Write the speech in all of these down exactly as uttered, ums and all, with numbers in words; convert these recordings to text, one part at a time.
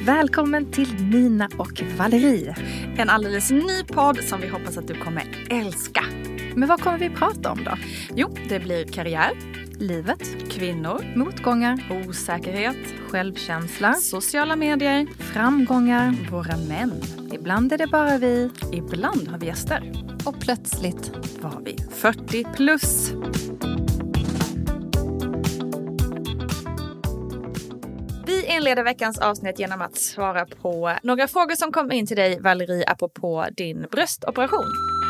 Välkommen till Nina och Valerie. En alldeles ny podd som vi hoppas att du kommer älska. Men vad kommer vi prata om då? Jo, det blir karriär, livet, kvinnor, motgångar, osäkerhet, självkänsla, sociala medier, framgångar, våra män. Ibland är det bara vi. Ibland har vi gäster. Och plötsligt var vi fyrtio plus. Vi inleder veckans avsnitt genom att svara på några frågor som kom in till dig, Valerie, apropå din bröstoperation.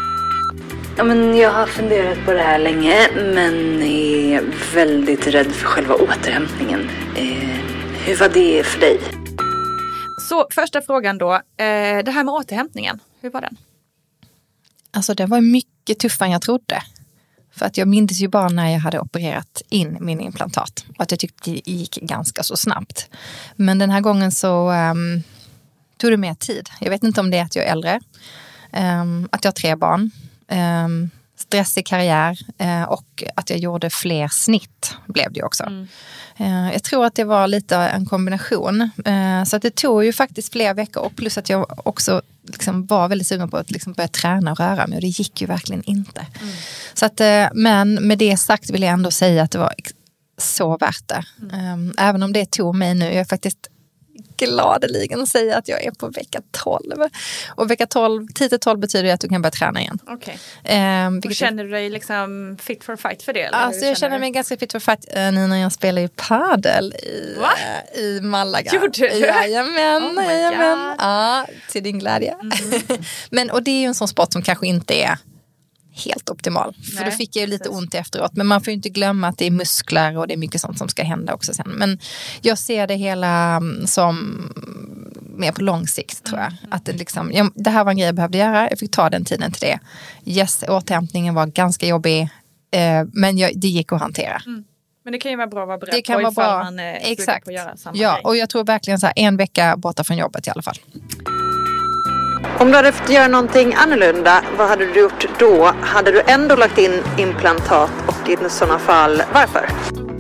Ja, men jag har funderat på det här länge, men är väldigt rädd för själva återhämtningen. Eh, hur var det för dig? Så första frågan då, eh, det här med återhämtningen, hur var den? Alltså det var mycket tuffare än jag trodde. För att jag minns ju bara när jag hade opererat in min implantat. Och att jag tyckte det gick ganska så snabbt. Men den här gången så um, tog det mer tid. Jag vet inte om det är att jag är äldre. Um, att jag har tre barn. Um, stress i karriär. Uh, och att jag gjorde fler snitt blev det också. Mm. Uh, jag tror att det var lite en kombination. Uh, så att det tog ju faktiskt flera veckor. Och plus att jag också liksom var väldigt sugen på att liksom börja träna och röra mig. Och det gick ju verkligen inte. Mm. Så att, men med det sagt vill jag ändå säga att det var så värt det. Mm. Även om det tog mig nu. Jag är faktiskt gladeligen att säga att jag är på vecka tolv. Och vecka tolv, tio till tolv betyder att du kan börja träna igen. Okej. Okay. Um, och känner du dig liksom fit for fight för det? Eller alltså jag känner du? mig ganska fit for fight uh, nu när jag spelar ju padel i, uh, i Malaga. Gjorde du? Jajamän, oh jajamän. Ja, till din glädje. Mm. Men, och det är ju en sån sport som kanske inte är helt optimal. För Nej, då fick jag ju lite precis. ont efteråt. Men man får ju inte glömma att det är muskler och det är mycket sånt som ska hända också sen. Men jag ser det hela som mer på lång sikt tror jag. Mm. Att det, liksom, ja, det här var en grej jag behövde göra. Jag fick ta den tiden till det. Yes, återhämtningen var ganska jobbig. Eh, men jag, det gick att hantera. Mm. Men det kan ju vara bra att vara beredd det kan på vara ifall bra. man är Exakt. på att göra samma ja, grej. Och jag tror verkligen så här, en vecka borta från jobbet i alla fall. Om du hade fått göra någonting annorlunda, vad hade du gjort då? Hade du ändå lagt in implantat och i sådana fall, varför?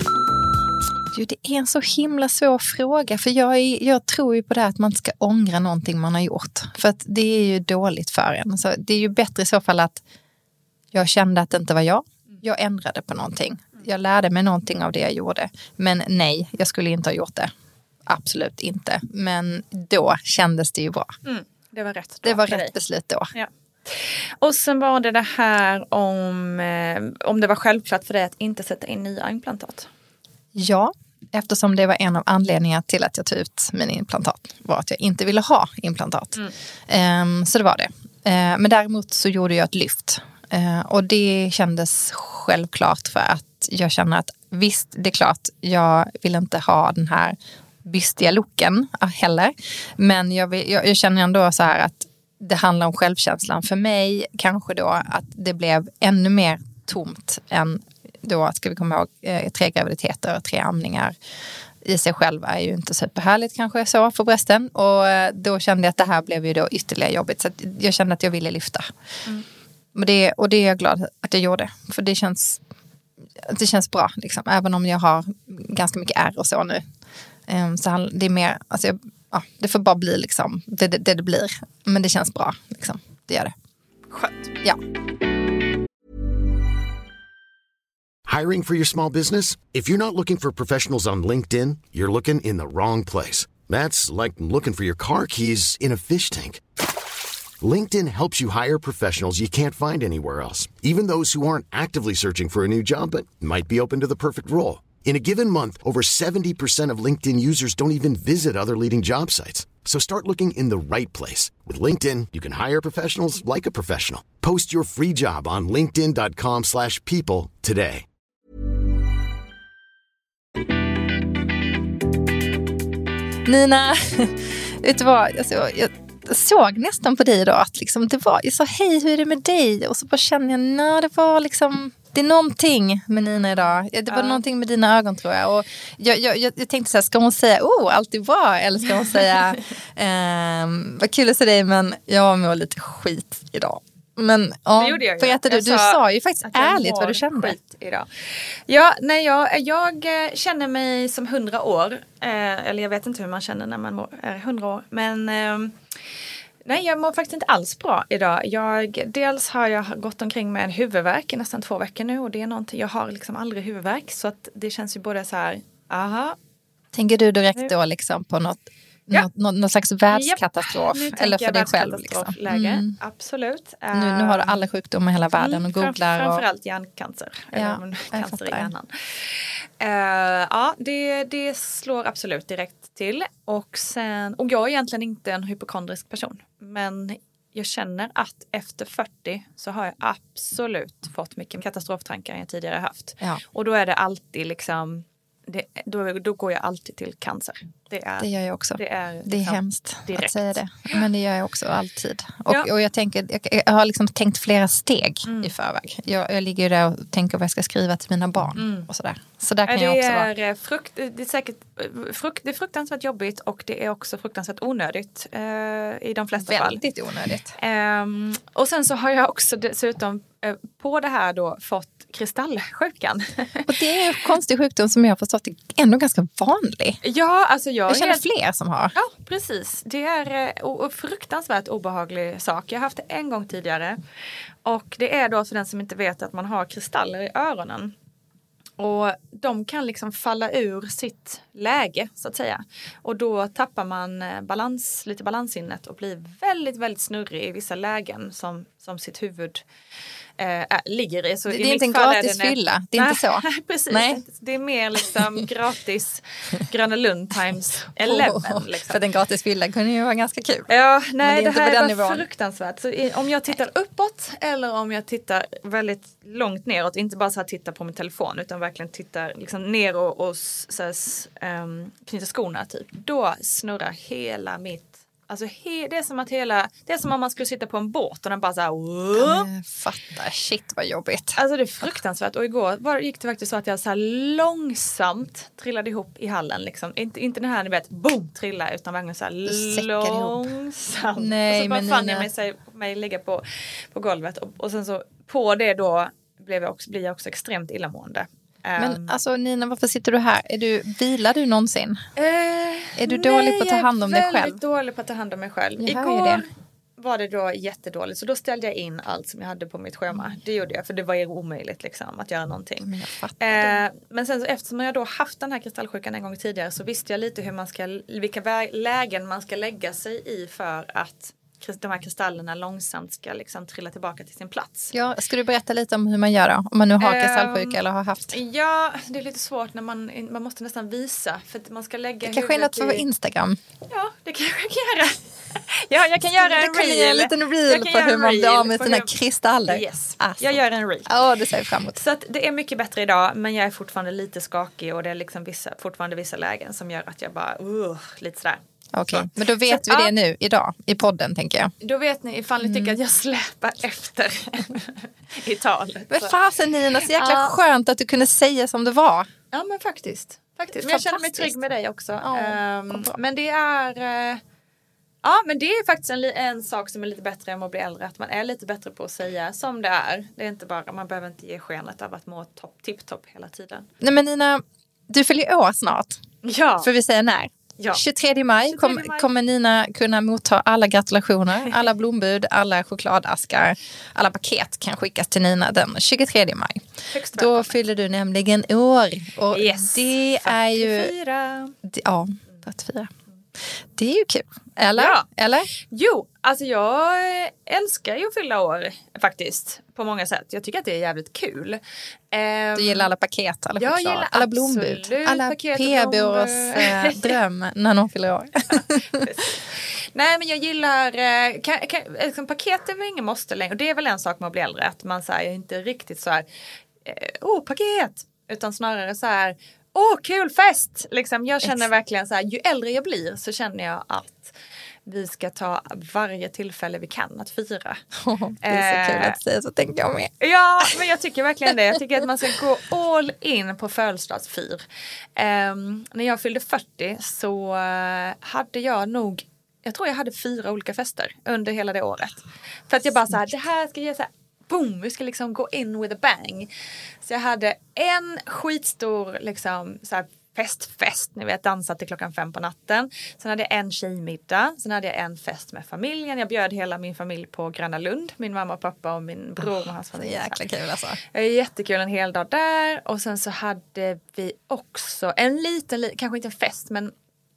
Jo, det är en så himla svår fråga. För jag, är, jag tror ju på det här att man ska ångra någonting man har gjort. För att det är ju dåligt för en. Så det är ju bättre i så fall att jag kände att det inte var jag. Jag ändrade på någonting. Jag lärde mig någonting av det jag gjorde. Men nej, jag skulle inte ha gjort det. Absolut inte. Men då kändes det ju bra. Mm. Det var rätt. Det var rätt beslut då. Ja. Och sen var det det här om, eh, om det var självklart för dig att inte sätta in nya implantat. Ja, eftersom det var en av anledningarna till att jag tog ut min implantat. Var att jag inte ville ha implantat. Mm. Um, så det var det. Uh, men däremot så gjorde jag ett lyft. Uh, och det kändes självklart för att jag känner att visst, det är klart, jag vill inte ha den här bystiga looken heller. Men jag, vill, jag, jag känner ändå så här att det handlar om självkänslan. För mig kanske då att det blev ännu mer tomt än då, ska vi komma ihåg, eh, tre graviditeter och tre amningar i sig själv är ju inte superhärligt kanske så för brösten. Och eh, då kände jag att det här blev ju då ytterligare jobbigt. Så att jag kände att jag ville lyfta. Mm. Och, det, och det är jag glad att jag gjorde. För det känns, det känns bra liksom. Även om jag har ganska mycket ärr och så nu. Så det är mer, alltså jag, ja, det får bara bli liksom det, det, det det blir. Men det känns bra liksom. Det gör det. Skönt. Ja. Hiring for your small business? If you're not looking for professionals on LinkedIn, you're looking in the wrong place. That's like looking for your car keys in a fish tank. LinkedIn helps you hire professionals you can't find anywhere else. Even those who aren't actively searching for a new job but might be open to the perfect role. In a given month, over seventy percent of LinkedIn users don't even visit other leading job sites. So start looking in the right place. With LinkedIn, you can hire professionals like a professional. Post your free job on linkedin dot com slash people today. Nina, vet du vad? Alltså, jag såg nästan på dig då att liksom, det var, jag sa hej, hur är det med dig? Och så bara kände jag, nej, det var liksom... Det är någonting med Nina idag. Det var ja. någonting med dina ögon tror jag. Och jag, jag, jag tänkte så här, ska hon säga, oh, allt är bra? Eller ska hon säga, ehm, vad kul att se dig, men jag mår lite skit idag. Men ja, det gjorde jag ju. berätta du, Jag du sa sa ju faktiskt att jag ärligt mår vad du kände. skit idag. Ja, nej, jag, jag känner mig som hundra år. Eh, eller jag vet inte hur man känner när man mår, är hundra år. Men eh, nej, jag mår faktiskt inte alls bra idag. Jag, dels har jag gått omkring med en huvudvärk i nästan två veckor nu. Och det är någonting, jag har liksom aldrig huvudvärk. Så att det känns ju både så här, aha. Tänker du direkt då liksom på något, Ja. något, något, något slags världskatastrof? Yep. Eller för dig själv? Liksom. Mm. Absolut. Nu, nu har du alla sjukdomar i hela världen mm, och googlar. Fram, och... framförallt hjärncancer. Ja, eller cancer i hjärnan. Uh, ja, det, det slår absolut direkt till. Och, sen, och jag är egentligen inte en hypokondrisk person. Men jag känner att efter fyrtio så har jag absolut fått mycket katastroftankar än jag tidigare haft. Ja. Och då är det alltid liksom... Det, då, då går jag alltid till cancer. Det, är, det gör jag också. Det är, det är liksom hemskt direkt. Att säga det. Men det gör jag också alltid. Och, Ja. och jag, tänker, jag, jag har liksom tänkt flera steg mm. i förväg. Jag, jag ligger ju där och tänker vad jag ska skriva till mina barn. Mm. Och sådär. Så där kan det jag också är vara. Frukt, det, är säkert, frukt, det är fruktansvärt jobbigt och det är också fruktansvärt onödigt eh, i de flesta fall. Väldigt onödigt. Um, och sen så har jag också dessutom eh, på det här då fått kristallsjukan. Och det är en konstig sjukdom som jag har förstått är ändå ganska vanlig. Ja, alltså jag, jag känner helt... fler som har. Ja, precis. Det är eh, o- fruktansvärt obehaglig sak. Jag har haft det en gång tidigare. Och det är då för den som inte vet att man har kristaller i öronen. Och de kan liksom falla ur sitt läge så att säga. Och då tappar man balans, lite balanssinnet och blir väldigt, väldigt snurrig i vissa lägen som, som sitt huvud äh, ligger i. Så det, i det är inte en gratis fylla, det är inte så. Precis, Nej. Det är mer liksom gratis Gröna Lund times elva. Oh, liksom. för den gratis fylla kunde ju vara ganska kul. Ja, nej, det, det här är var nivån. fruktansvärt. Så i, om jag tittar uppåt eller om jag tittar väldigt långt neråt, inte bara så här titta på min telefon utan verkligen tittar liksom ner och, och så här, um, knyter skorna typ. Då snurrar hela mitt, alltså he, det är som att hela, det är som om man skulle sitta på en båt och den bara så här. Jag fattar, shit vad jobbigt. Alltså det är fruktansvärt. Och igår var, gick det faktiskt så att jag så här långsamt trillade ihop i hallen liksom. Inte, inte den här ni vet, boom, trilla utan verkligen så här långsamt. Nej, och så bara men fann Nina... jag mig, sig, mig ligga på, på golvet och, och sen så på det då blev jag också, blir jag också extremt illamående. Men um, alltså Nina, varför sitter du här? Är du, vilar du någonsin? Eh, är du dålig på att ta hand om dig själv? Jag är väldigt dålig på att ta hand om mig själv. Jag Igår det. var det då jättedåligt. Så då ställde jag in allt som jag hade på mitt schema. Det gjorde jag för det var ju omöjligt liksom, att göra någonting. Men, jag fattar eh, men sen så, eftersom jag då haft den här kristallsjukan en gång tidigare så visste jag lite hur man ska, vilka vä- lägen man ska lägga sig i för att de här kristallerna långsamt ska liksom trilla tillbaka till sin plats. Ja, ska du berätta lite om hur man gör då? Om man nu har um, kristallsjuka eller har haft? Ja, det är lite svårt när man, man måste nästan visa för att man ska lägga det kanske är något för vår i... Instagram. Ja, det kan jag göra. Ja, jag kan göra en reel. En liten reel på hur man blir av med sina hur... kristaller. Yes, alltså. Jag gör en reel. Ja, oh, det ser jag fram emot. Så att det är mycket bättre idag, men jag är fortfarande lite skakig och det är liksom vissa, fortfarande vissa lägen som gör att jag bara, uh, lite sådär. Okej, okay. Men då vet så, vi det ja. nu idag i podden tänker jag. Då vet ni ifall ni tycker mm. att jag släpar efter i talet. Men fasen Nina, så jäkla ja. skönt att du kunde säga som det var. Ja men faktiskt. faktiskt. Men jag känner mig trygg med dig också. Ja, um, men det är... Uh, ja men det är faktiskt en, en sak som är lite bättre än att bli äldre. Att man är lite bättre på att säga som det är. Det är inte bara, man behöver inte ge skenet av att må topp, tipp-topp hela tiden. Nej men Nina, du fyller år snart. Ja. För vi säger när. Ja. tjugotredje maj, kom, maj kommer Nina kunna motta alla gratulationer, alla blombud, alla chokladaskar, alla paket kan skickas till Nina den tjugotredje maj. Högst Då välkommen. Fyller du nämligen år. Och yes. det är ju... fyrtiofyra. Det, ja, fyrtiofyra. Det är ju kul. Eller? Ja. Eller? Jo, alltså jag älskar ju att fylla år faktiskt. På många sätt. Jag tycker att det är jävligt kul. Um, du gillar alla paket, alla jag choklad, gillar alla blombud. Alla P B:s äh, dröm när någon fyller år. Nej men jag gillar eh, kan, kan, liksom, paket är väl ingen måste längre. Och det är väl en sak med att bli äldre. Att man säger inte riktigt så här. Åh oh, paket. Utan snarare så här. Åh, oh, kul fest! Liksom, jag känner Ex- verkligen så här, ju äldre jag blir så känner jag att vi ska ta varje tillfälle vi kan att fira. Oh, det är så kul att säga, så tänker jag med. Ja, men jag tycker verkligen det. Jag tycker att man ska gå all in på födelsedagsfyr. Um, när jag fyllde fyrtio så uh, hade jag nog jag tror jag hade fyra olika fester under hela det året. För att jag bara så här, det här ska ge så här, boom, vi ska liksom gå in with a bang. Så jag hade en skitstor liksom så här fest, fest, ni vet, dansat till klockan fem på natten. Sen hade jag en tjejmiddag. Sen hade jag en fest med familjen. Jag bjöd hela min familj på Gröna Lund. Min mamma och pappa och min bror och hans familj. Jäkla kul alltså. Jättekul, en hel dag där. Och sen så hade vi också en liten, kanske inte en fest, men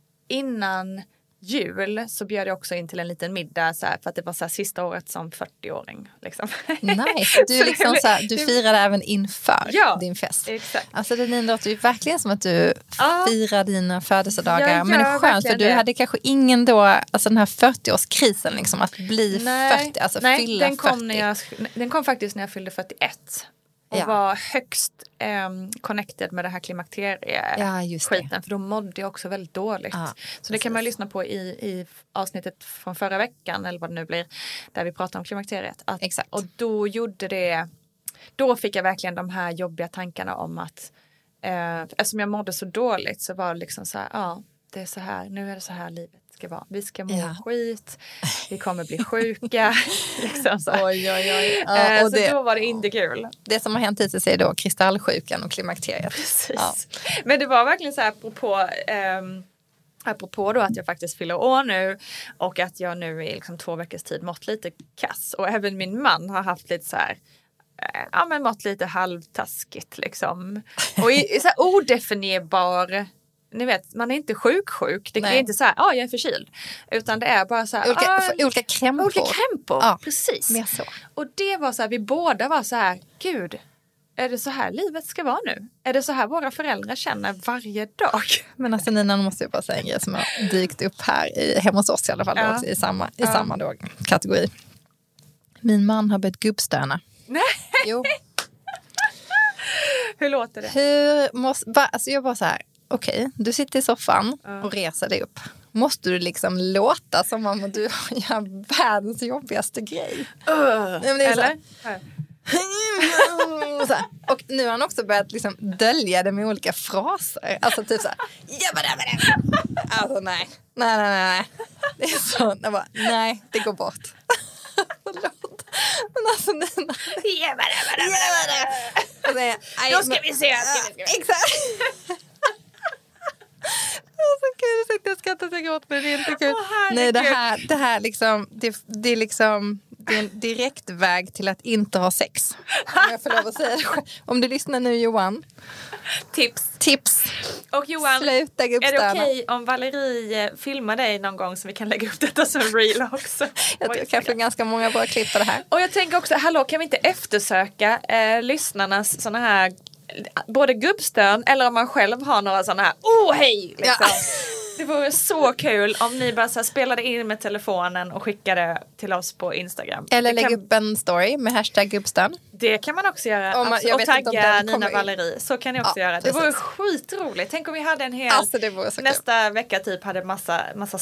innan jul så bjöd jag också in till en liten middag så här, för att det var så här, sista året som fyrtio-åring. Liksom. Nice. Du, är liksom så här, du firade även inför ja, din fest. Exakt. Alltså det låter ju verkligen som att du ja. firar dina födelsedagar. Ja, men det är skönt för du det. hade kanske ingen då, alltså den här fyrtio-årskrisen liksom, att bli nej, fyrtio, alltså nej, fylla den kom fyrtio. När jag, den kom faktiskt när jag fyllde fyrtioett. Och ja. var högst um, connected med det här klimakterie-skiten. Ja, för då mådde jag också väldigt dåligt. Ja, så precis. det kan man lyssna på i, i avsnittet från förra veckan. Eller vad det nu blir. Där vi pratar om klimakteriet. Att, Exakt. Och då gjorde det... Då fick jag verkligen de här jobbiga tankarna om att... Eh, eftersom jag mådde så dåligt så var det liksom så här... Ja, det är så här. Nu är det så här livet ska vara. Vi ska må ja. skit. Vi kommer bli sjuka. liksom så. Oj, oj, oj. Ja, Eh, och så det, då var det inte kul. det som har hänt hittills är då kristallsjukan och klimakteriet. Precis. Ja. Men det var verkligen så här apropå, um, apropå då att jag faktiskt fyller år nu och att jag nu i liksom två veckors tid mått lite kass. Och även min man har haft lite så här, uh, ja men mått lite halvtaskigt liksom. Och i, i så här odefinierbar... Ni vet, man är inte sjuk-sjuk. Det Nej. är inte så här, ja ah, jag är förkyld. Utan det är bara så här, Olika, ah, olika krämpor. olika krämpor. Ja, precis. mer så. Och det var så här, vi båda var så här, gud, är det så här livet ska vara nu? Är det så här våra föräldrar känner varje dag? Men alltså Nina, nu måste jag bara säga en grej som har dykt upp här i, hemma hos oss i alla fall. Ja. Också, i samma, i Ja. samma då, kategori. Min man har börjat gubbstöna. Nej. Jo. Hur låter det? Hur måste, bara, alltså jag bara så här, okej, okay, du sitter i soffan Ja. och reser dig upp. Måste du liksom låta som om du gör världens jobbigaste grej? Uh, men det är så eller? här. Så här. Och nu har han också börjat liksom dölja det med olika fraser. Alltså typ så här. Alltså nej. Nej, nej, nej. Det är så. Jag bara, nej, det går bort. Förlåt. Men alltså Nina. Då ska vi se. Exakt. Det var så kul. Jag tänkte jag skrattar så gott, men det är inte kul. Åh, nej, det här, det här liksom, det, det är liksom, det är en direkt väg till att inte ha sex. Om jag får lov att säga det själv. Om du lyssnar nu, Johan. Tips. Tips. Och Johan, sluta är det gubbstöna. okej om Valerie filmar dig någon gång så vi kan lägga upp detta som reel också? Jag tror kanske ganska många bra klipp på det här. Och jag tänker också, hallå, kan vi inte eftersöka eh, lyssnarnas såna här både gubbstön eller om man själv har några såna här oh hej liksom. Ja. Det vore så kul om ni bara så här spelade in med telefonen och skickade till oss på Instagram. Eller lägg kan, upp en story med hashtag gubbstön. Det kan man också göra. Man, och och tagga Nina Valerie. Så kan ni också ja, göra. Det precis. vore skitroligt. Tänk om vi hade en hel alltså, det vore så nästa kul. vecka typ hade massa, massa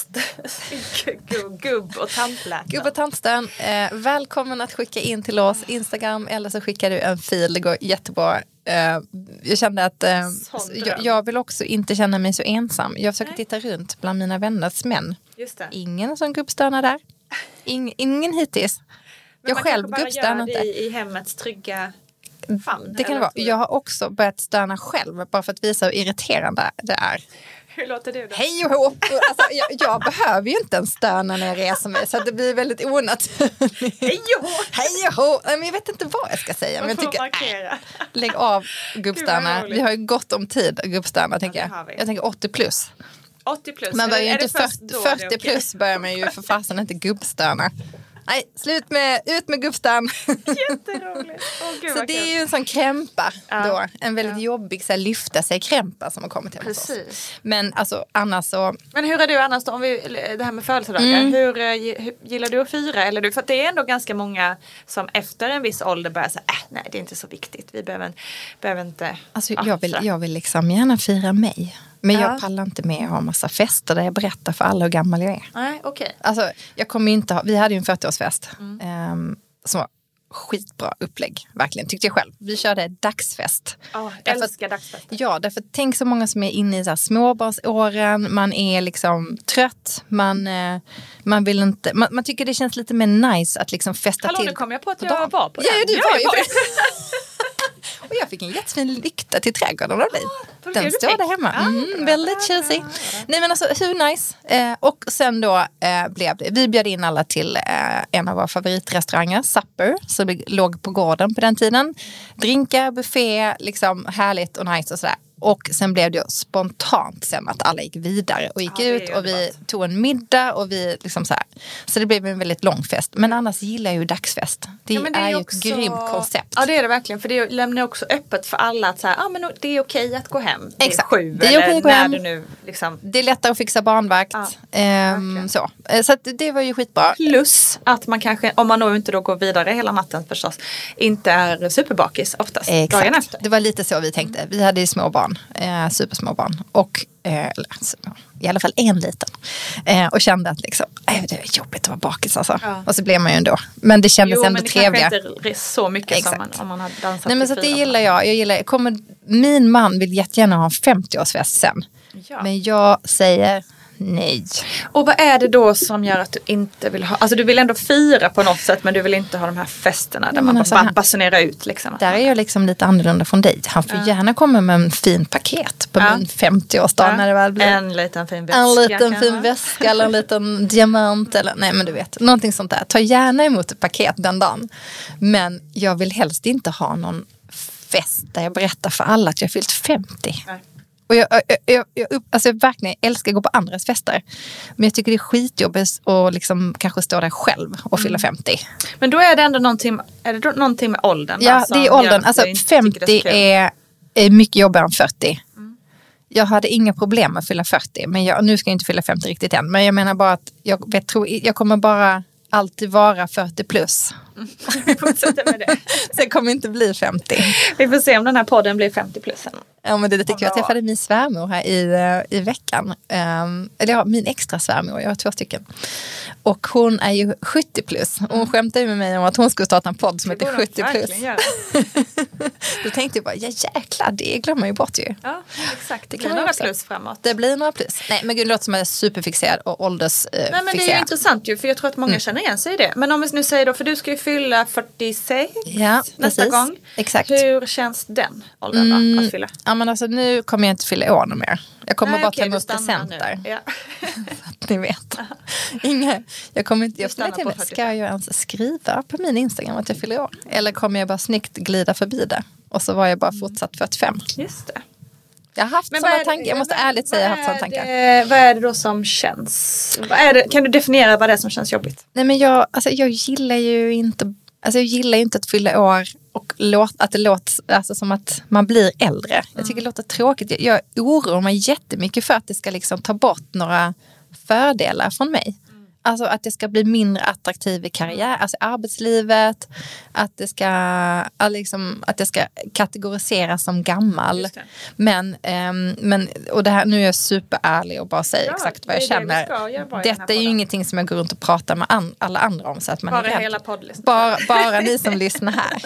gubb och tantläten. Gubb och tantstön. Eh, välkommen att skicka in till oss Instagram eller så skickar du en fil. Det går jättebra. Uh, jag kände att uh, jag, jag vill också inte känna mig så ensam. Jag försöker Nej. titta runt bland mina vänners män. Just det. Ingen som gubbstönar där. In, ingen hittills. Men jag man själv bara gubbstönar inte. I, i hemmets trygga famn. Det kan det vara. Jag har också börjat stöna själv bara för att visa hur irriterande det är. Hur låter du då? Hej och hå! Alltså, jag, jag behöver ju inte en stöna när jag reser mig så det blir väldigt onaturligt. Hej och hå! Hej och hå! Men jag vet inte vad jag ska säga. Men jag tycker, äh, lägg av gubbstöna. Vi har ju gott om tid att gubbstöna, tänker ja, jag. Jag tänker åttio plus. åttio plus. Man börjar ju inte fyrtio, fyrtio plus börjar man ju för fasen inte gubbstöna. Nej, slut med, ut med gubbstön. Jätteroligt. Oh, gud, så det är ju en sån krämpa ja. då. En väldigt ja. jobbig så här, lyfta sig krämpa som har kommit till oss. Precis. Men alltså annars så... Men hur är du annars då? Om vi, det här med födelsedagar. Mm. Hur, hur gillar du att fira? Eller du, för det är ändå ganska många som efter en viss ålder börjar säga, äh, nej det är inte så viktigt. Vi behöver, behöver inte... Alltså ja, jag, vill, jag vill liksom gärna fira mig. Men ja. jag pallar inte med att ha massa fester där jag berättar för alla hur gammal jag är. Nej, okej. Okay. Alltså, jag kommer inte ha, vi hade ju en fyrtioårsfest mm. um, som var skitbra upplägg, verkligen, tyckte jag själv. Vi körde dagsfest. Oh, jag älskar dagsfest. Ja, därför tänk så många som är inne i så här småbarnsåren, man är liksom trött, man, eh, man vill inte, man, man tycker det känns lite mer nice att liksom festa Hallå, till. Hallå, nu kom jag på att på jag dagen. var på det. Ja, du jag var ju på det. det. Och jag fick en jättefin lykta till trädgården av dig. vad Den kul du står fick. där hemma. Ja, Mm, bra, väldigt bra, cheesy. bra, bra. Nej men alltså hur nice. Eh, och sen då eh, blev det, vi bjöd in alla till eh, en av våra favoritrestauranger, Supper, som låg på gården på den tiden. Drinkar, buffé, liksom härligt och nice och sådär. Och sen blev det spontant sen att alla gick vidare och gick Ja, det är ut och vi underbart. tog en middag och vi liksom så här. Så det blev en väldigt lång fest. Men annars gillar jag ju dagsfest. Det, Ja, men är, ju också- ett grymt koncept. Ja, det är det verkligen. För det lämnar också öppet för alla att så här, ah, men det är okej att gå hem. Det är Exakt. sju Det är eller okej att gå när hem. du nu liksom. Det är lättare att fixa barnvakt. Ja, ehm, verkligen. så Eh, så att det var ju skitbra. Plus att man kanske, om man nog inte då går vidare hela natten förstås, inte är superbakis oftast dagen Exakt. efter. Det var lite så vi tänkte. Vi hade ju små barn, eh, supersmå barn. Och eh, alltså, i alla fall en liten. Eh, och kände att liksom, äh, det är jobbigt att vara bakis alltså. Ja. Och så blev man ju ändå. Men det kändes Jo, ändå men det trevliga. kanske inte är så mycket Exakt. som man, om man har dansat Nej men till så att det fyra gillar på jag. jag, gillar, jag kommer, min man vill jättegärna ha en femtioårsfest sen. Ja. Men jag säger nej. Och vad är det då som gör att du inte vill ha, alltså du vill ändå fira på något sätt men du vill inte ha de här festerna där men man alltså bara han- basunerar ut liksom. Där är jag liksom lite annorlunda från dig. Han får gärna komma med en fin paket på Ja. min femtioårsdag Ja. när det väl blir. En liten fin väska. En liten kanske. fin väska eller en liten diamant eller nej men du vet, någonting sånt där. Ta gärna emot ett paket den dagen. Men jag vill helst inte ha någon fest där jag berättar för alla att jag har fyllt femtio. Nej. Och jag, jag, jag, jag, alltså jag verkligen älskar att gå på andras fester. Men jag tycker det är skitjobbigt att liksom kanske stå där själv och fylla femtio. Men då är det ändå någonting, är det då någonting med åldern? Ja, va, som det är gör åldern. att Alltså du inte tycker det femtio så kul? är, är mycket jobbigare än fyrtio. Jag hade inga problem med att fylla fyrtio. Men jag, nu ska jag inte fylla femtio riktigt än. Men jag menar bara att jag, vet, tror, jag kommer bara alltid vara fyrtio plus. Vi fortsätter med det. Så jag kommer inte bli femtio. Vi får se om den här podden blir femtio plus sen. Ja, men det, det tycker jag. Jag bra. träffade min svärmor här i, eh, i veckan. Um, eller ja, min extra svärmor. Jag har två stycken. Och hon är ju sjuttio plus. Och hon skämtade ju med mig om att hon skulle starta en podd som Det heter borde de sjuttio plus. verkligen göra. Då tänkte jag bara, ja jäklar, det glömmer man ju bort ju. Ja, exakt. Det kan blir man några också. plus framåt. Det blir några plus. Nej, men gud, det låter som att jag är superfixerad och åldersfixerad. Nej, men det är ju intressant ju, för jag tror att många Mm. känner igen sig i det. Men om vi nu säger då, för du ska ju fylla fyrtiosex Ja, nästa precis. gång. Exakt. Hur känns den åldern då, att fylla? Ja, men alltså nu kommer jag inte fylla år mer. Jag kommer Nej, bara okej, ta du emot stannar presenter. nu. Ja. Ni vet. Inga, jag kommer inte, jag stannar stannar på till, fyrtiofem. ska jag ens skriva på min Instagram att jag fyller år? Eller kommer jag bara snyggt glida förbi det? Och så var jag bara fortsatt fyrtiofem. Just det. Jag har haft vad sådana är det- tankar. Jag måste vad- ärligt säga jag har vad haft sådana är tankar. det- Vad är det då som känns? Vad är det, kan du definiera vad det är som känns jobbigt? Nej, men jag, alltså, jag gillar ju inte alltså, jag gillar ju inte att fylla år och låt, att det låter alltså, som att man blir äldre. Jag tycker det låter tråkigt. Jag, jag oroar mig jättemycket för att det ska liksom ta bort några fördelar från mig. Alltså att det ska bli mindre attraktiv i karriär, alltså arbetslivet, att det ska, att liksom, att det ska kategoriseras som gammal. Just det. Men, ehm, men, och det här, nu är jag superärlig och bara säger Ja, exakt det vad jag är det vi känner. ska göra i den här Detta är ju podden. ingenting som jag går runt och pratar med an, alla andra om så att man Bara är rädd. hela poddlistan. Bara, bara ni som lyssnar här.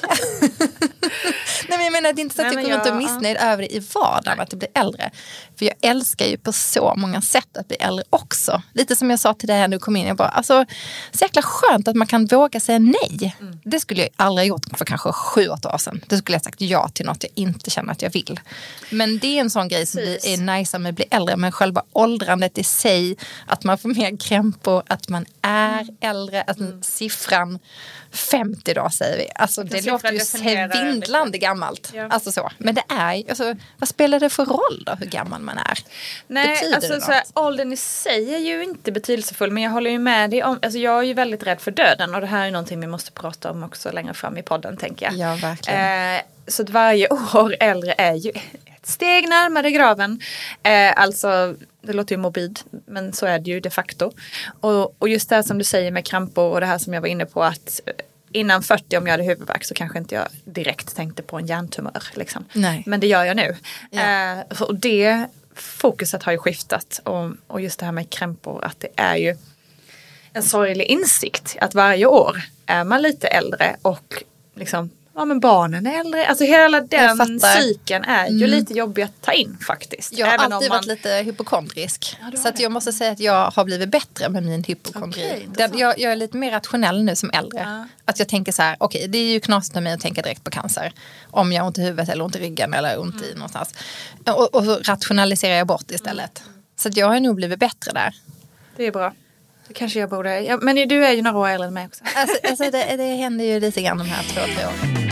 Nej, men jag menar det är inte så att Nej, jag men går runt och är jag- missnöjd över det i vardagen att det blir äldre. För jag älskar ju på så många sätt att bli äldre också. Lite som jag sa till dig när du kom in. Jag bara, alltså, så jäkla skönt att man kan våga säga nej. Mm. Det skulle jag aldrig ha gjort för kanske sju, åtta år sedan. Det skulle jag ha sagt ja till något jag inte känner att jag vill. Men det är en sån grej som Precis. är nice med att bli äldre. Men själva åldrandet i sig, att man får mer krämpor, att man är Mm. äldre, att siffran femtio då säger vi. Alltså det siffra låter ju definierar svindlande gammalt. Ja. Alltså så. Men det är alltså, vad spelar det för roll då hur gammal man är? Nej, Betyder alltså det så här, något? åldern i sig är ju inte betydelsefull, men jag håller ju med dig om, alltså jag är ju väldigt rädd för döden och det här är någonting vi måste prata om också längre fram i podden, tänker jag. Ja, verkligen. Eh, så att varje år äldre är ju ett steg närmare graven. Eh, alltså, det låter ju morbid, men så är det ju de facto. Och, och just det här som du säger med krampor och det här som jag var inne på, att innan fyrtio om jag hade huvudvärk så kanske inte jag direkt tänkte på en hjärntumör. Liksom. Nej. Men det gör jag nu. Ja. Eh, och det fokuset har ju skiftat. Och, och just det här med krämpor, att det är ju en sorglig insikt att varje år är man lite äldre och liksom, ja men barnen är äldre. Alltså hela den cykeln är ju mm. lite jobbig att ta in faktiskt. Jag har Även alltid om man... varit lite hypokondrisk. Ja, så att jag måste säga att jag har blivit bättre med min hypokondri. Okay, den, jag, jag är lite mer rationell nu som äldre. Ja. Att jag tänker så här, okej okay, det är ju knasigt med mig att tänka direkt på cancer. Om jag har ont i huvudet eller ont i ryggen eller ont mm. i någonstans. Och, och så rationaliserar jag bort istället. Mm. Så att jag har nog blivit bättre där. Det är bra. Det kanske jag borde. Ja, men du är ju några år äldre än mig också. Alltså, alltså det, det händer ju lite grann de här två, tre åren.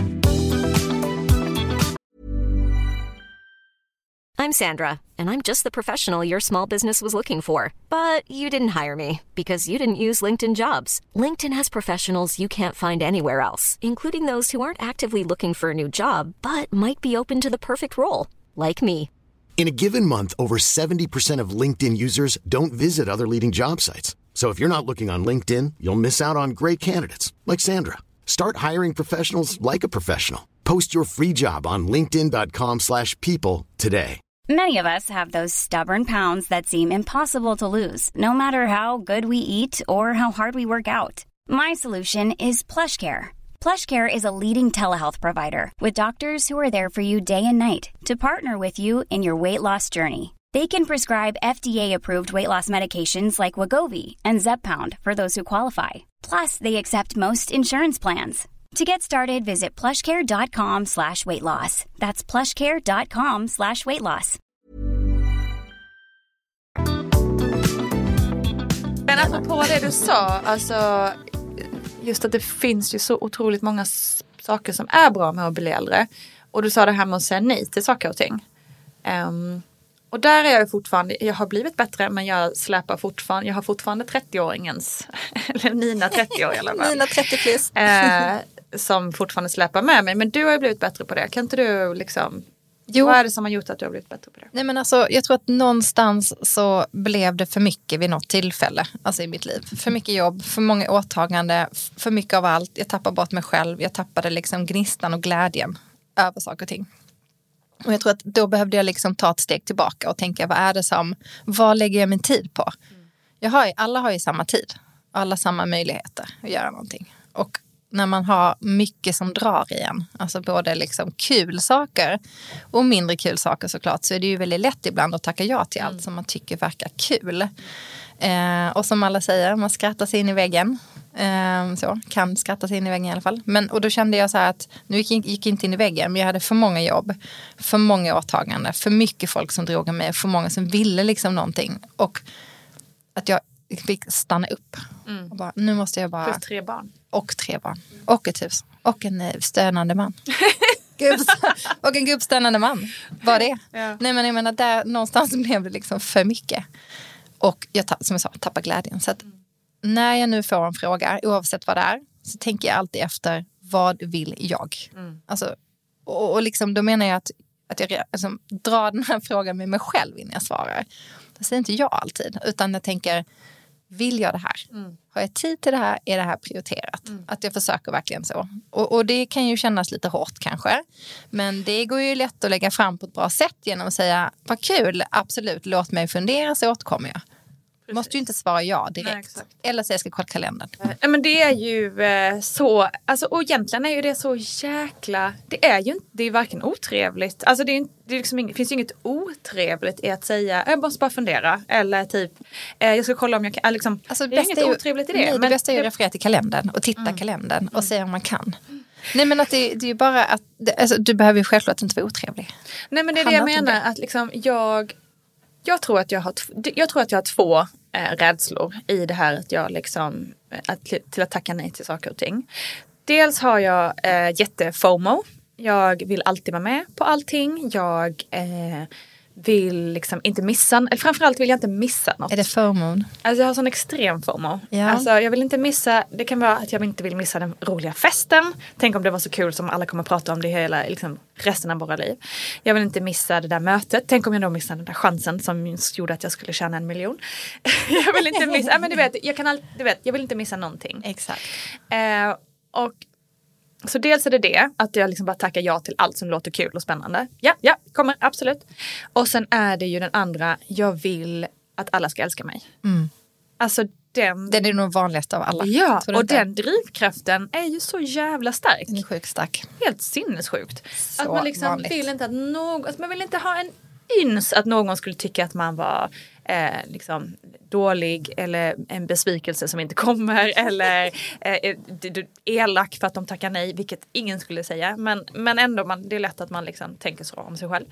I'm Sandra, and I'm just the professional your small business was looking for. But you didn't hire me because you didn't use LinkedIn Jobs. LinkedIn has professionals you can't find anywhere else, including those who aren't actively looking for a new job, but might be open to the perfect role, like me. In a given month, over seventy percent of LinkedIn users don't visit other leading job sites. So if you're not looking on LinkedIn, you'll miss out on great candidates like Sandra. Start hiring professionals like a professional. Post your free job on linkedin dot com slash people today. Many of us have those stubborn pounds that seem impossible to lose, no matter how good we eat or how hard we work out. My solution is PlushCare. PlushCare is a leading telehealth provider with doctors who are there for you day and night to partner with you in your weight loss journey. They can prescribe F D A-approved weight loss medications like Wegovy and Zepbound for those who qualify. Plus, they accept most insurance plans. To get started, visit plushcare.com slash weight loss. That's plushcare.com slash weight loss. Men apropå det du sa, alltså just att det finns ju så otroligt många s- saker som är bra med att bli äldre. Och du sa det här med att säga nej till saker och ting. Um, och där är jag ju fortfarande, jag har blivit bättre men jag släpar fortfarande, jag har fortfarande trettio-åringens, eller Nina trettio år i alla fall. Nina trettio plus. uh, som fortfarande släpar med mig. Men du har ju blivit bättre på det. Kan inte du liksom... Jo. Vad är det som har gjort att du har blivit bättre på det? Nej men alltså, jag tror att någonstans så blev det för mycket vid något tillfälle. Alltså i mitt liv. För mycket jobb, för många åtagande, för mycket av allt. Jag tappade bort mig själv. Jag tappade liksom gnistan och glädjen över saker och ting. Och jag tror att då behövde jag liksom ta ett steg tillbaka och tänka, vad är det som, vad lägger jag min tid på? Mm. Jag har ju, alla har ju samma tid. Alla samma möjligheter att göra någonting. Och när man har mycket som drar igen, alltså både liksom kul saker och mindre kul saker såklart, så är det ju väldigt lätt ibland att tacka ja till allt mm. som man tycker verkar kul. Eh, och som alla säger, man skrattar sig in i väggen. Eh, så, kan skratta sig in i väggen i alla fall. Men, och då kände jag så här att, nu gick, gick inte in i väggen, men jag hade för många jobb, för många åtagande, för mycket folk som drog med, för många som ville liksom någonting. Och att jag fick stanna upp. Mm. Och bara, nu måste jag bara... Plus tre barn. Och tre barn. Och ett hus. Och en eh, stönande man. Gubbs, och en gubbstönande man. Var det? Ja. Nej men jag menar, där någonstans blev det liksom för mycket. Och jag, som jag sa, tappar glädjen. Så att mm. när jag nu får en fråga, oavsett vad det är, så tänker jag alltid efter, vad vill jag? Mm. Alltså, och, och liksom, då menar jag att, att jag alltså, drar den här frågan med mig själv innan jag svarar. Det säger inte jag alltid. Utan jag tänker, vill jag det här? Mm. Har jag tid till det här? Är det här prioriterat? Mm. Att jag försöker verkligen så. Och, och det kan ju kännas lite hårt kanske. Men det går ju lätt att lägga fram på ett bra sätt genom att säga, vad kul, absolut, låt mig fundera så återkommer jag. Precis. Måste ju inte svara ja direkt. Nej, eller så jag ska kolla kalendern. Ja, men det är ju eh, så, alltså, och egentligen är ju det så jäkla, det är ju inte, det är varken otrevligt, alltså det, är, det är liksom ing, finns ju inget otrevligt i att säga, jag måste bara fundera, eller typ, eh, jag ska kolla om jag kan, liksom, alltså, det är inget är ju, otrevligt i det. Nej, men det bästa är ju att referera till kalendern och titta mm. kalendern och se om man kan. Mm. Nej men att det, det är ju bara att, det, alltså, du behöver ju självklart inte vara otrevlig. Nej men det är det jag menar, att liksom jag, jag tror att jag har, jag tror att jag har två Eh, rädslor i det här att jag liksom att, till att tacka nej till saker och ting. Dels har jag eh, jätte-FOMO. Jag vill alltid vara med på allting. Jag eh, vill liksom inte missa, eller framförallt vill jag inte missa något. Är det FOMO? Alltså jag har sån extrem FOMO. Ja. Alltså jag vill inte missa, det kan vara att jag inte vill missa den roliga festen. Tänk om det var så kul som alla kommer att prata om det hela, liksom resten av våra liv. Jag vill inte missa det där mötet. Tänk om jag då missar den där chansen som gjorde att jag skulle tjäna en miljon. Jag vill inte missa, men du vet, jag kan all, du vet, jag vill inte missa någonting. Exakt. Eh, och så dels är det det, att jag liksom bara tackar ja till allt som låter kul och spännande. Ja, ja, kommer, absolut. Och sen är det ju den andra, jag vill att alla ska älska mig. Mm. Alltså den... Den är nog vanligast av alla. Ja, och inte? den drivkraften är ju så jävla stark. Den är sjukt stark. Helt sinnessjukt. Så att man liksom vanligt. vill inte att någon... Alltså man vill inte ha en yns att någon skulle tycka att man var eh, liksom dålig eller en besvikelse som inte kommer eller eh, elak för att de tackar nej, vilket ingen skulle säga. Men, men ändå, man, det är lätt att man liksom tänker så om sig själv.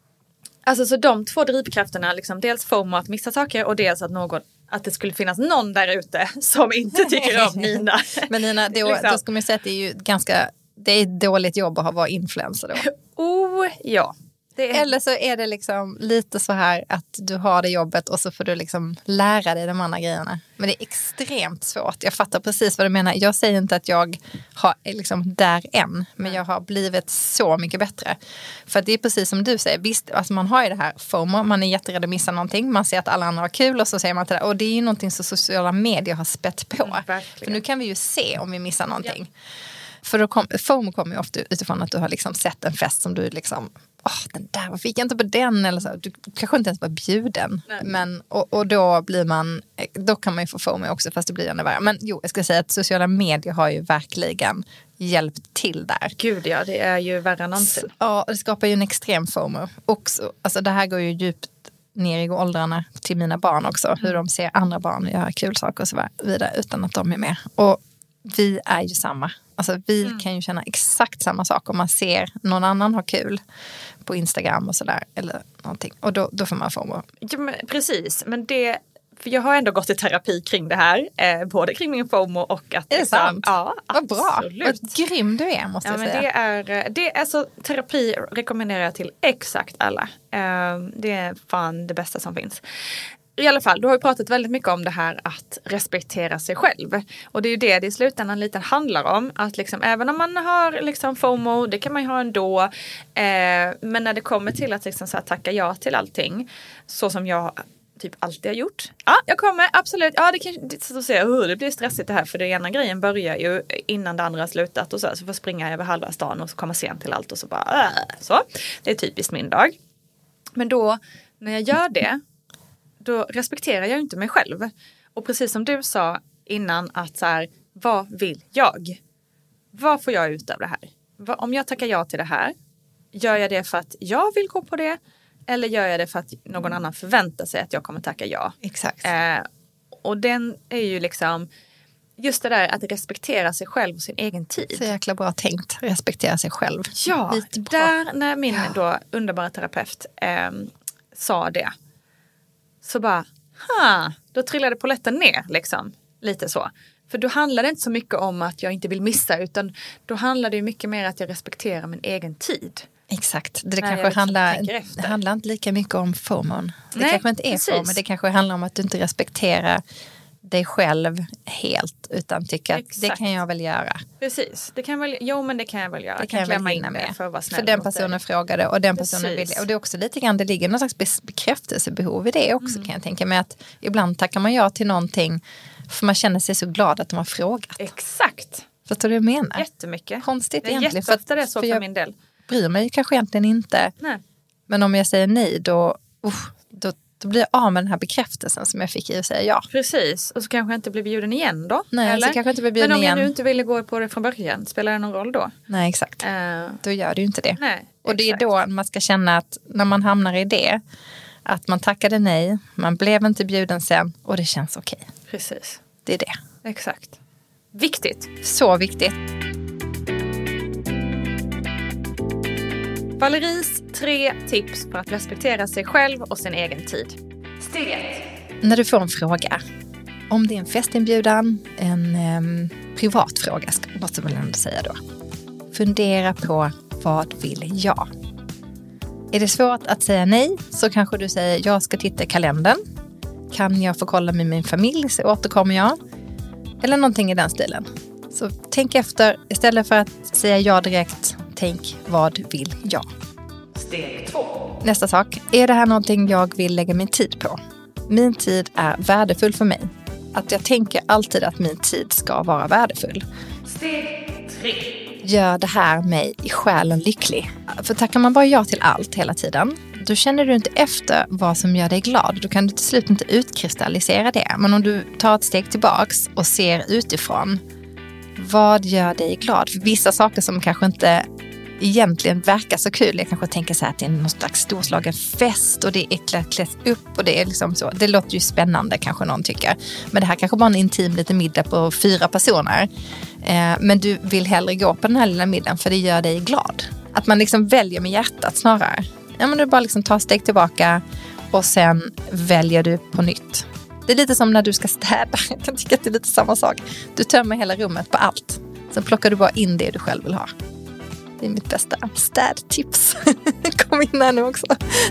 Alltså så de två drivkrafterna, liksom, dels FOMO att missa saker och dels att någon att det skulle finnas någon där ute som inte tycker om Nina. Men Nina, då, liksom. då ska man säga att det är ju ganska, det är ett dåligt jobb att vara influencer då. Oh, ja. Det är... Eller så är det liksom lite så här att du har det jobbet och så får du liksom lära dig de andra grejerna. Men det är extremt svårt. Jag fattar precis vad du menar. Jag säger inte att jag har, är liksom där än, men jag har blivit så mycket bättre. För det är precis som du säger. Visst, alltså man har ju det här FOMO. Man är jätterädd att missa någonting. Man ser att alla andra har kul och så säger man till det. Och det är ju någonting som sociala medier har spett på. Mm, för nu kan vi ju se om vi missar någonting. Ja. För då kom, FOMO kommer ju ofta utifrån att du har liksom sett en fest som du liksom, åh, den där, varför fick jag inte på den? Eller så, du kanske inte ens var bjuden. Men, och, och då blir man, då kan man ju få FOMO också, fast det blir ännu värre. Men jo, jag ska säga att sociala medier har ju verkligen hjälpt till där. Gud ja, det är ju värre än någonsin. Ja, det skapar ju en extrem FOMO. Också, alltså det här går ju djupt ner i åldrarna till mina barn också. Mm. Hur de ser andra barn göra kul saker och så vidare utan att de är med. Och vi är ju samma. Alltså vi mm. kan ju känna exakt samma sak om man ser någon annan ha kul på Instagram och sådär eller någonting. Och då, då får man FOMO. Ja, men precis, men det, för jag har ändå gått i terapi kring det här. Eh, både kring min FOMO och att... Är det liksom, sant? Ja, vad bra. Absolut. Vad grym du är, måste ja, jag men säga. Det är, det är så, terapi rekommenderar jag till exakt alla. Eh, det är fan det bästa som finns. I alla fall, du har ju pratat väldigt mycket om det här att respektera sig själv. Och det är ju det det i slutändan lite handlar om. Att liksom, även om man har liksom FOMO, det kan man ju ha ändå. Eh, men när det kommer till att liksom så här, tacka ja till allting. Så som jag typ alltid har gjort. Ja, jag kommer, absolut. Ja, det kan så säga, uh, det blir stressigt det här. För det ena grejen börjar ju innan det andra har slutat. Och så, så får springa över halva stan och så komma sent till allt. Och så bara, äh, så. Det är typiskt min dag. Men då, när jag gör det. Då respekterar jag inte mig själv. Och precis som du sa innan att så här, vad vill jag? Vad får jag ut av det här? Om jag tackar ja till det här, gör jag det för att jag vill gå på det? Eller gör jag det för att någon annan förväntar sig att jag kommer tacka ja? Exakt. Eh, och den är ju liksom just det där att respektera sig själv och sin egen tid. Så jäkla bra tänkt, respektera sig själv. Ja, där när min ja. då underbara terapeut eh, sa det. Så bara, ha, då trillade polletten ner liksom, lite så. För då handlar det inte så mycket om att jag inte vill missa, utan då handlar det mycket mer att jag respekterar min egen tid. Exakt, det kanske liksom handlar, det handlar inte lika mycket om FOMOn. Det Nej, kanske inte är precis. FOMO, det kanske handlar om att du inte respekterar dig själv helt, utan tycker att Exakt. det kan jag väl göra. Precis, det kan väl, jo men det kan jag väl göra. Det kan jag, kan jag väl hinna med. För, att vara snäll för den personen frågade och den Precis. personen ville. Och det är också lite grann, det ligger någon slags bekräftelsebehov i det också mm. kan jag tänka mig. Att ibland tackar man ja till någonting för man känner sig så glad att de har frågat. Exakt. Förstår du vad jag menar? Jättemycket. Konstigt det är egentligen. Jätteofta för, det är så för, för min del. Bryr mig kanske egentligen inte. Nej. Men om jag säger nej då, uh, då Då blir jag av med den här bekräftelsen som jag fick i att säga ja. Precis, och så kanske jag inte blir bjuden igen då. Nej, eller? Så kanske inte blir bjuden Men om igen. jag nu inte ville gå på det från början, spelar det någon roll då? Nej, exakt. Uh, då gör det ju inte det. Nej, och det är då man ska känna att när man hamnar i det, att man tackade nej, man blev inte bjuden sen och det känns okej. Okay. Precis. Det är det. Exakt. Viktigt. Så viktigt. Valeries tre tips för att respektera sig själv och sin egen tid. Steg ett. När du får en fråga, om det är en festinbjudan, en um, privat fråga, måste man ändå säga då. Fundera på vad vill jag? Är det svårt att säga nej så kanske du säger jag ska titta i kalendern. Kan jag få kolla med min familj så återkommer jag. Eller någonting i den stilen. Så tänk efter, istället för att säga ja direkt, tänk vad vill jag? Steg två. Nästa sak, är det här någonting jag vill lägga min tid på? Min tid är värdefull för mig. Att jag tänker alltid att min tid ska vara värdefull. Steg tre. Gör det här mig i själen lycklig. För tackar man bara ja till allt hela tiden, då känner du inte efter vad som gör dig glad. Då kan du till slut inte utkristallisera det. Men om du tar ett steg tillbaks och ser utifrån, vad gör dig glad? För vissa saker som kanske inte egentligen verkar så kul. Jag kanske tänker så här att det är någon slags storslagen fest och det är äckligt klätt upp och det är liksom så. Det låter ju spännande kanske någon tycker. Men det här kanske bara en intim liten middag på fyra personer. Eh, men du vill hellre gå på den här lilla middagen för det gör dig glad. Att man liksom väljer med hjärtat snarare. Ja, men du bara liksom tar steg tillbaka och sen väljer du på nytt. Det är lite som när du ska städa. Jag kan tycka att det är lite samma sak. Du tömmer hela rummet på allt. Sen plockar du bara in det du själv vill ha. Det är mitt bästa städtips. Kom in här nu också.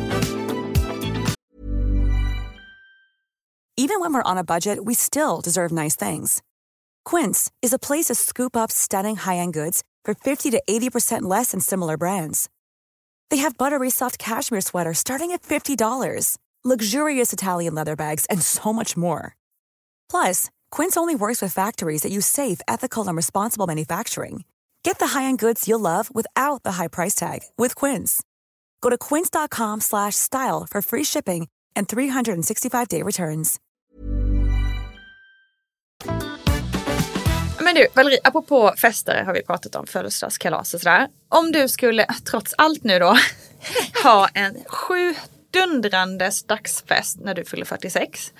Even when we're on a budget, we still deserve nice things. Quince is a place to scoop up stunning high-end goods for fifty to eighty percent less than similar brands. They have buttery soft cashmere sweaters starting at fifty dollars, luxurious Italian leather bags, and so much more. Plus, Quince only works with factories that use safe, ethical, and responsible manufacturing. Get the high-end goods you'll love without the high price tag with Quince. Go to quince.com slash style for free shipping and three sixty-five day returns. Men du, Valerie, apropå fester har vi pratat om, födelsedagskalas och sådär. Om du skulle, trots allt nu då, ha en sjudundrande dagsfest när du fyller fyrtiosex.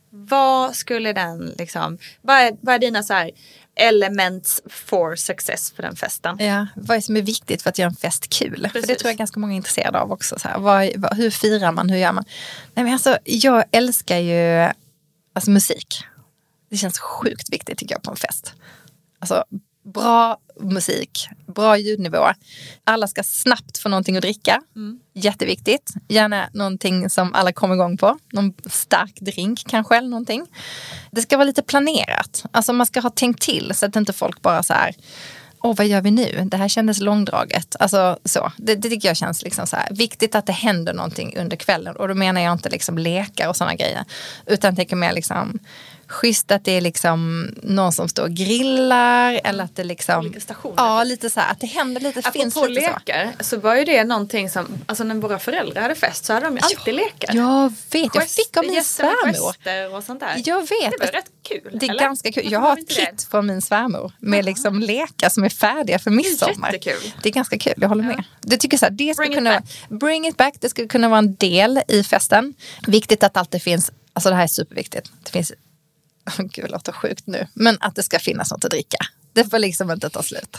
Vad skulle den liksom, vad är, vad är dina så här elements for success för den festen? Ja, vad är det som är viktigt för att göra en fest kul? Precis. För det tror jag ganska många är intresserade av också. Så här. Vad, vad, hur firar man? Hur gör man? Nej, men alltså, jag älskar ju alltså, musik. Det känns sjukt viktigt tycker jag på en fest. Alltså bra musik, bra ljudnivå. Alla ska snabbt få någonting att dricka. Mm. Jätteviktigt. Gärna någonting som alla kommer igång på. Någon stark drink kanske eller någonting. Det ska vara lite planerat. Alltså man ska ha tänkt till så att inte folk bara så här, åh vad gör vi nu? Det här kändes långdraget. Alltså så. Det, det tycker jag känns liksom så här. Viktigt att det händer någonting under kvällen. Och då menar jag inte liksom lekar och sådana grejer. Utan tänker mer liksom schysst att det är liksom någon som står och grillar eller att det liksom olika stationer. Ja, lite så här att det händer lite. Apropå finns lite lekar så. så var ju det någonting som alltså när våra föräldrar hade fest så hade de ju alltid ja, lekar. Jag vet, jag fick av min svärmor och sånt där. Jag vet. Det var rätt kul. Det är eller? ganska kul. Jag har ett kit från min svärmor med uh-huh. liksom lekar som är färdiga för midsommar. Det är jättekul. Det är ganska kul, jag håller med. Ja. Det tycker så här, det ska bring kunna it bring it back. Det ska kunna vara en del i festen. Viktigt att alltid finns, alltså det här är superviktigt. Det finns oh, gud, det låter sjukt nu. Men att det ska finnas något att dricka. Det får liksom inte ta slut.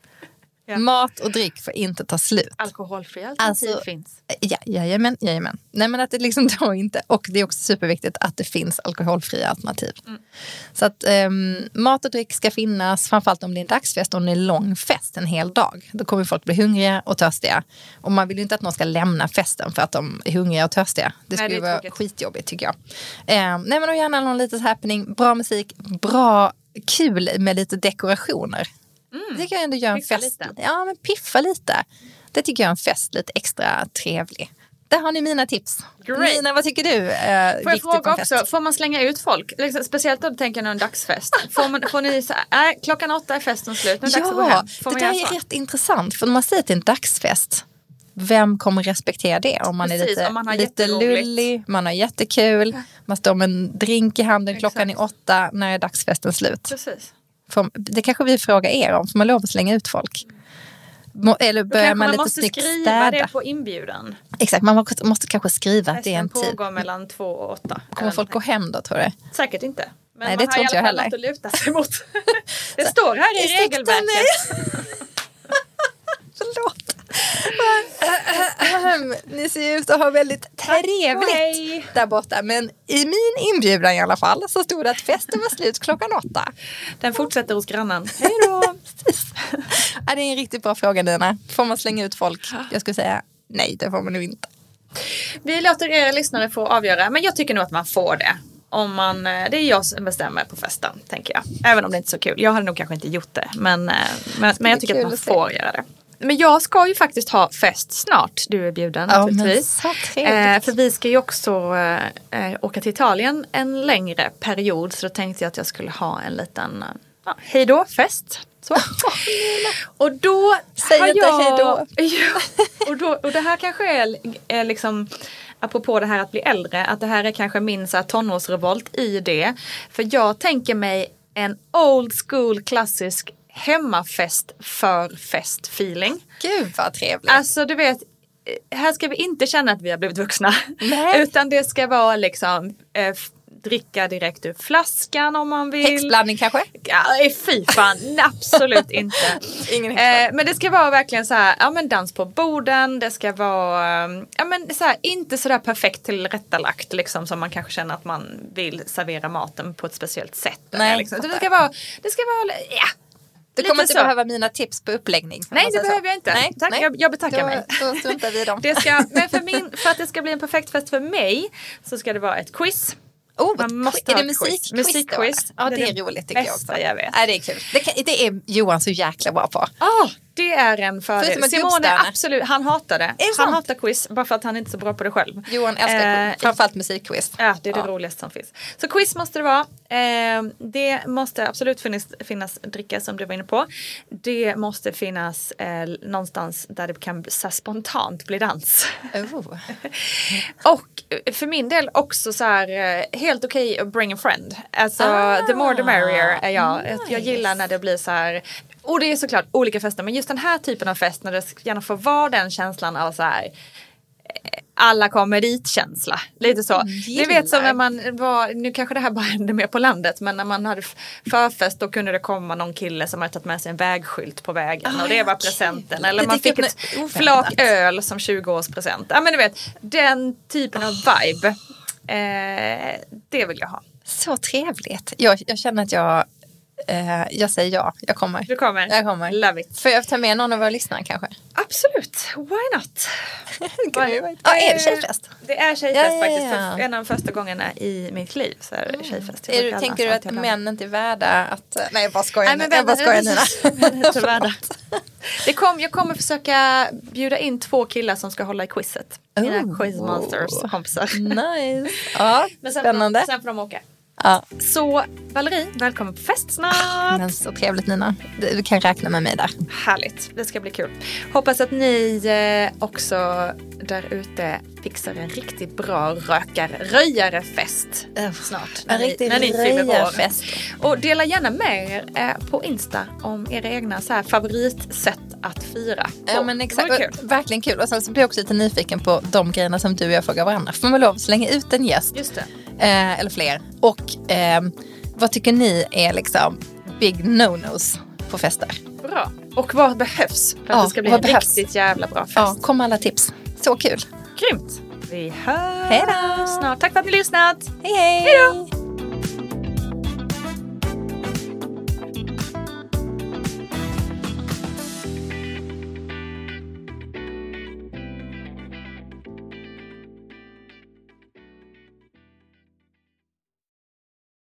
Ja. Mat och dryck får inte ta slut. Alkoholfri alternativ alltså, finns. Ja, jajamän, jajamän. Nej men att det liksom då inte, och det är också superviktigt att det finns alkoholfria alternativ. Mm. Så att um, mat och dryck ska finnas, framförallt om det är en dagsfest och om det är en lång fest en hel dag. Då kommer folk bli hungriga och törstiga. Och man vill ju inte att någon ska lämna festen för att de är hungriga och törstiga. Det skulle nej, det vara tråkigt. Skitjobbigt tycker jag. Um, nej men då gärna någon litet happening, bra musik, bra, kul med lite dekorationer. Mm. Det kan jag ändå göra en piffa fest. Lite. Ja, men piffa lite. Det tycker jag är en fest lite extra trevlig. Där har ni mina tips. Great. Nina, vad tycker du? Eh, får jag fråga också, får man slänga ut folk? Liksom, speciellt då tänker jag en dagsfest. Får, man, får ni så här, äh, klockan åtta är festen slut. Nu är det ja, dags att gå hem. Får det där är rätt intressant. För när man säger till en dagsfest, vem kommer respektera det? Om man Precis, är lite, man har lite lullig, man har jättekul, man står med en drink i handen, klockan är åtta, när är dagsfesten slut? Precis. För, det kanske vi frågar er om, får man lov att slänga ut folk? Eller börjar man, man lite snyggt städa? Man måste skriva det på inbjudan. Exakt, man måste, måste kanske skriva att det är en tid. Festen pågår mellan två och åtta. Kommer folk gå hem då, tror du? Säkert inte. Men nej, man det tror inte jag heller. Man har i alla fall något att luta sig mot. Det står här i regelverket. Förlåt. Ni ser ut att ha väldigt trevligt där borta. Men i min inbjudan i alla fall så stod det att festen var slut klockan åtta. Den fortsätter hos grannen. Hej då. Ja, det är en riktigt bra fråga, Nina. Får man slänga ut folk? Jag skulle säga nej, det får man nog inte. Vi låter er lyssnare få avgöra. Men jag tycker nog att man får det. Om man, det är jag som bestämmer på festen, tänker jag. Även om det inte är så kul. Jag hade nog kanske inte gjort det. Men, men, men jag tycker att man får göra det. Men jag ska ju faktiskt ha fest snart. Du är bjuden ja, naturligtvis. Eh, för vi ska ju också eh, åka till Italien en längre period. Så då tänkte jag att jag skulle ha en liten eh, hej då fest. Så. Och då Säg har inte jag... hej då. Ja, och, då, och det här kanske är, är liksom, apropå det här att bli äldre, att det här är kanske min så här tonårsrevolt i det. För jag tänker mig en old school klassisk hemmafest för fest feeling. Gud vad trevligt. Alltså du vet, här ska vi inte känna att vi har blivit vuxna. Nej. Utan det ska vara liksom eh, f- dricka direkt ur flaskan om man vill. Häxblandning kanske? Ja, fy fan, absolut inte. Ingen eh, men det ska vara verkligen så här, ja men dans på borden, det ska vara, ja men så här, inte så där perfekt tillrättalagt liksom som man kanske känner att man vill servera maten på ett speciellt sätt. Nej, liksom. Så det ska vara, det ska vara, ja. Du kommer inte så. behöva mina tips på uppläggning. Nej, det behöver så. jag inte. Nej, Tack, nej. Jag, jag betackar då, mig. Då struntar vi dem. Det ska, men för, min, för att det ska bli en perfekt fest för mig så ska det vara ett quiz. Oh, Man måste är ha det ett musikquiz? Musikquiz. Ja, det, det är roligt tycker jag också. bästa jag vet. Nej, det är kul. Det, kan, det är Johan så jäkla bra på. Ah, det är en fördel. Förutom ett Simone, gubbstjärna. absolut, han hatar det. det Han sant? hatar quiz bara för att han inte är så bra på det själv. Johan älskar Eh, framförallt musikquiz. Ja, det är det Ja. roligaste som finns. Så quiz måste det vara. Eh, det måste absolut finnas, finnas dricka som du var inne på. Det måste finnas eh, någonstans där det kan så här, spontant bli dans. Oh. Och för min del också så här eh, helt okej okay att bring a friend. Alltså Ah, the more the merrier är jag. nice. Jag gillar när det blir så här. Och det är såklart olika fester, men just den här typen av fest när det gärna får vara den känslan av så här alla kommer dit känsla. Lite så. Ni vet som när man var, nu kanske det här bara hände mer på landet, men när man hade förfest då kunde det komma någon kille som hade tagit med sig en vägskylt på vägen Ah, och det var okej. presenten. Eller Det man dyker fick upp ett något flak oväntat. öl som tjugo-årspresent. Ja men du vet, den typen av vibe. Eh, det vill jag ha. Så trevligt. Jag, jag känner att jag, eh, jag säger ja. Jag kommer. Du kommer? Jag kommer. Love it. Får jag ta med någon av våra lyssnare kanske? Absolut, why not? Kan vi vara- Ja, är det tjejfest? Det är tjejfest Ja, ja, ja. faktiskt. För en av de första gångerna i mitt liv så är det tjejfest. Jag Är brukar du, alla tänker du ha att alltid män inte är värda att... Nej, jag bara skojar. Nej, men jag bara skojar Nina. män är inte värda. Det kom, jag kommer försöka bjuda in två killar som ska hålla i quizet. Mina Oh. quizmonsters kompisar. Nice. Ja, Men sen spännande. Får de, sen får de åka. Ja. Så Valerie, välkommen på fest snart. Men så trevligt Nina. Du kan räkna med mig där. Härligt, det ska bli kul. Hoppas att ni eh, också där ute fixar en riktigt bra rökar-röjarefest snart. En riktig när ni fyller år. röjarfest. Och dela gärna med er eh, på Insta om era egna så här, favoritsätt att fira. Ja Och men det exakt, vore kul. och, verkligen kul. Och sen så blir jag också lite nyfiken på de grejerna som du och jag frågar varandra. Får man lov att slänga ut en gäst? Just det. Eh, eller fler. Och eh, vad tycker ni är liksom big no-nos på fester? Bra. Och vad behövs för att Ja, det ska bli vad en behövs? riktigt jävla bra fest? Ja, kom alla tips. Så kul. Grymt. Vi hörs Hej då. snart. Tack för att ni lyssnat. Hej hej! Hej då!